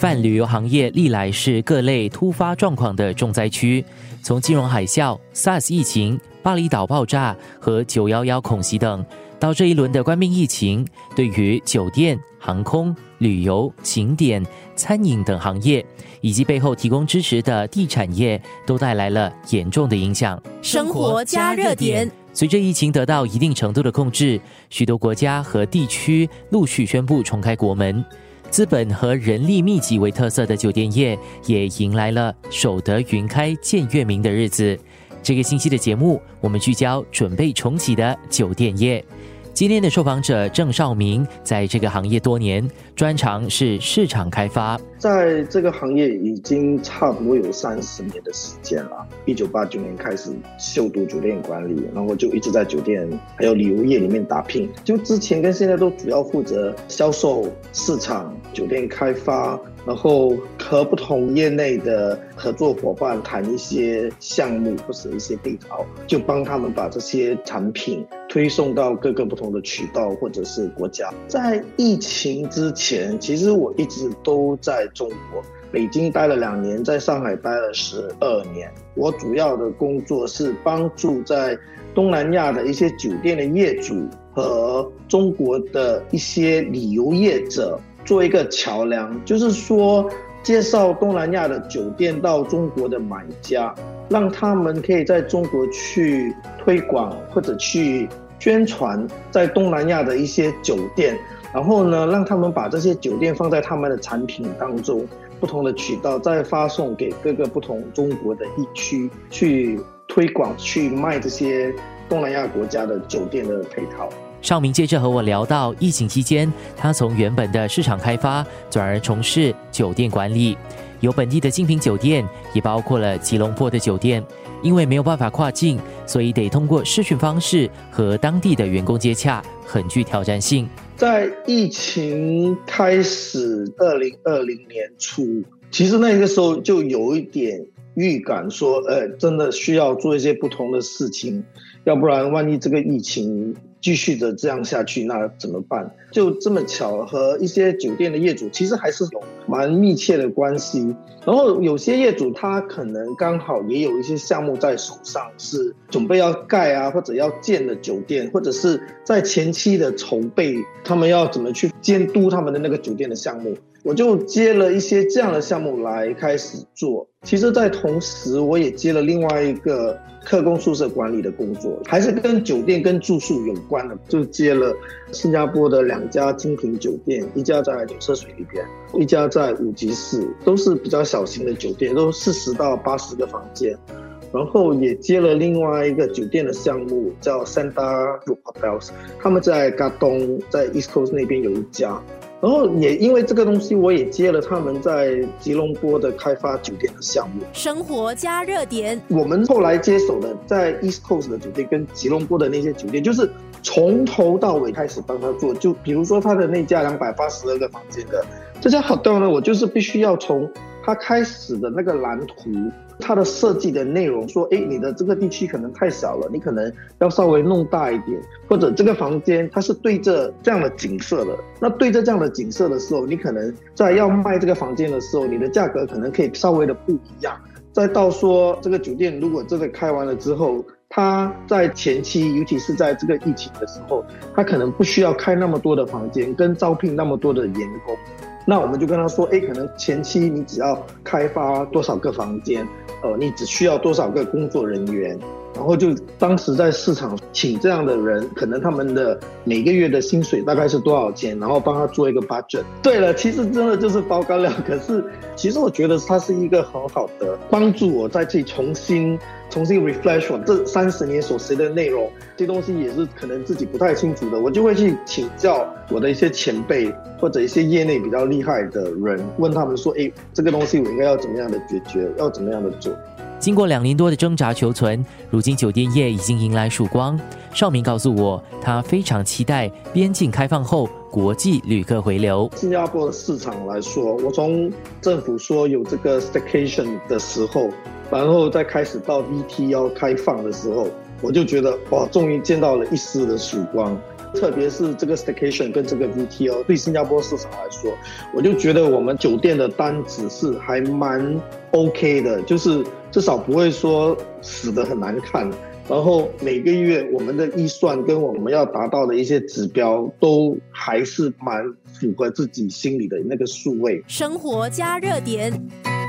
泛旅游行业历来是各类突发状况的重灾区，从金融海啸、SARS 疫情、巴厘岛爆炸和911恐袭等，到这一轮的冠病疫情，对于酒店、航空、旅游、景点、餐饮等行业，以及背后提供支持的地产业，都带来了严重的影响。 生活加热点。 随着疫情得到一定程度的控制，许多国家和地区陆续宣布重开国门。资本和人力密集为特色的酒店业也迎来了守得云开见月明的日子。这个星期的节目，我们聚焦准备重启的酒店业。今天的受访者郑少明在这个行业多年，专长是市场开发。 在这个行业已经差不多有30年的时间了。1989年开始修读酒店管理，然后就一直在酒店还有旅游业里面打拼。就之前跟现在都主要负责销售、市场、酒店开发，然后和不同业内的合作伙伴谈一些项目或者一些配套，就帮他们把这些产品推送到各个不同的渠道或者是国家。在疫情之前，其实我一直都在中国，北京待了2年，在上海待了12年。我主要的工作是帮助在东南亚的一些酒店的业主和中国的一些旅游业者做一个桥梁，就是说介绍东南亚的酒店到中国的买家，让他们可以在中国去推广或者去宣传在东南亚的一些酒店，然后呢，让他们把这些酒店放在他们的产品当中，不同的渠道再发送给各个不同中国的地区去推广，去卖这些东南亚国家的酒店的配套。 少明接着和我聊到疫情期间，他从原本的市场开发转而从事酒店管理，有本地的精品酒店，也包括了吉隆坡的酒店。因为没有办法跨境，所以得通过视讯方式和当地的员工接洽，很具挑战性。 在疫情开始2020年初，其实那个时候就有一点预感说，真的需要做一些不同的事情，要不然万一这个疫情继续的这样下去，那怎么办？就这么巧，和一些酒店的业主其实还是有蛮密切的关系。然后有些业主他可能刚好也有一些项目在手上，是准备要盖啊，或者要建的酒店，或者是在前期的筹备，他们要怎么去监督他们的那个酒店的项目。我就接了一些这样的项目来开始做。其实在同时我也接了另外一个客工宿舍管理的工作，还是跟酒店跟住宿有关的，就接了新加坡的2家精品酒店，一家在纽社水里边，一家在五级市，都是比较小型的酒店，都40到80个房间。然后也接了另外一个酒店的项目叫 Santa Group Hotels， 他们在嘎东，在 East Coast 那边有一家。然后也因为这个东西，我也接了他们在吉隆坡的开发酒店的项目。 生活加热点。 我们后来接手的在 East Coast 的酒店跟吉隆坡的那些酒店，就是从头到尾开始帮他做。就比如说他的那家282个房间的这家 hotel 呢，我就是必须要从他开始的那个蓝图，它的设计的内容说，你的这个地区可能太小了，你可能要稍微弄大一点，或者这个房间它是对着这样的景色的，那对着这样的景色的时候，你可能在要卖这个房间的时候，你的价格可能可以稍微的不一样。再到说这个酒店如果真的开完了之后，他在前期，尤其是在这个疫情的时候，他可能不需要开那么多的房间跟招聘那么多的员工，那我们就跟他说，可能前期你只要开发多少个房间，你只需要多少个工作人员，然后就当时在市场请这样的人，可能他们的每个月的薪水大概是多少钱，然后帮他做一个 budget。对了，其实真的就是爆干料，可是其实我觉得它是一个很好的帮助我再去重新 refresh 我这30年所学的内容，这些东西也是可能自己不太清楚的，我就会去请教我的一些前辈或者一些业内比较厉害的人，问他们说，这个东西我应该要怎么样的解决，要怎么样的做。 经过2年多的挣扎求存，如今酒店业已经迎来曙光。少明告诉我，他非常期待边境开放后国际旅客回流。 新加坡的市场来说，我从政府说有这个 staycation 的时候，然后再开始到 VT 要开放的时候，我就觉得哇，终于见到了一丝的曙光。 特别是这个 staycation 跟这个 VTO 对新加坡市场来说，我就觉得我们酒店的单子是还蛮 OK 的，就是至少不会说死得很难看，然后每个月我们的预算跟我们要达到的一些指标都还是蛮符合自己心里的那个数位。 生活加热点。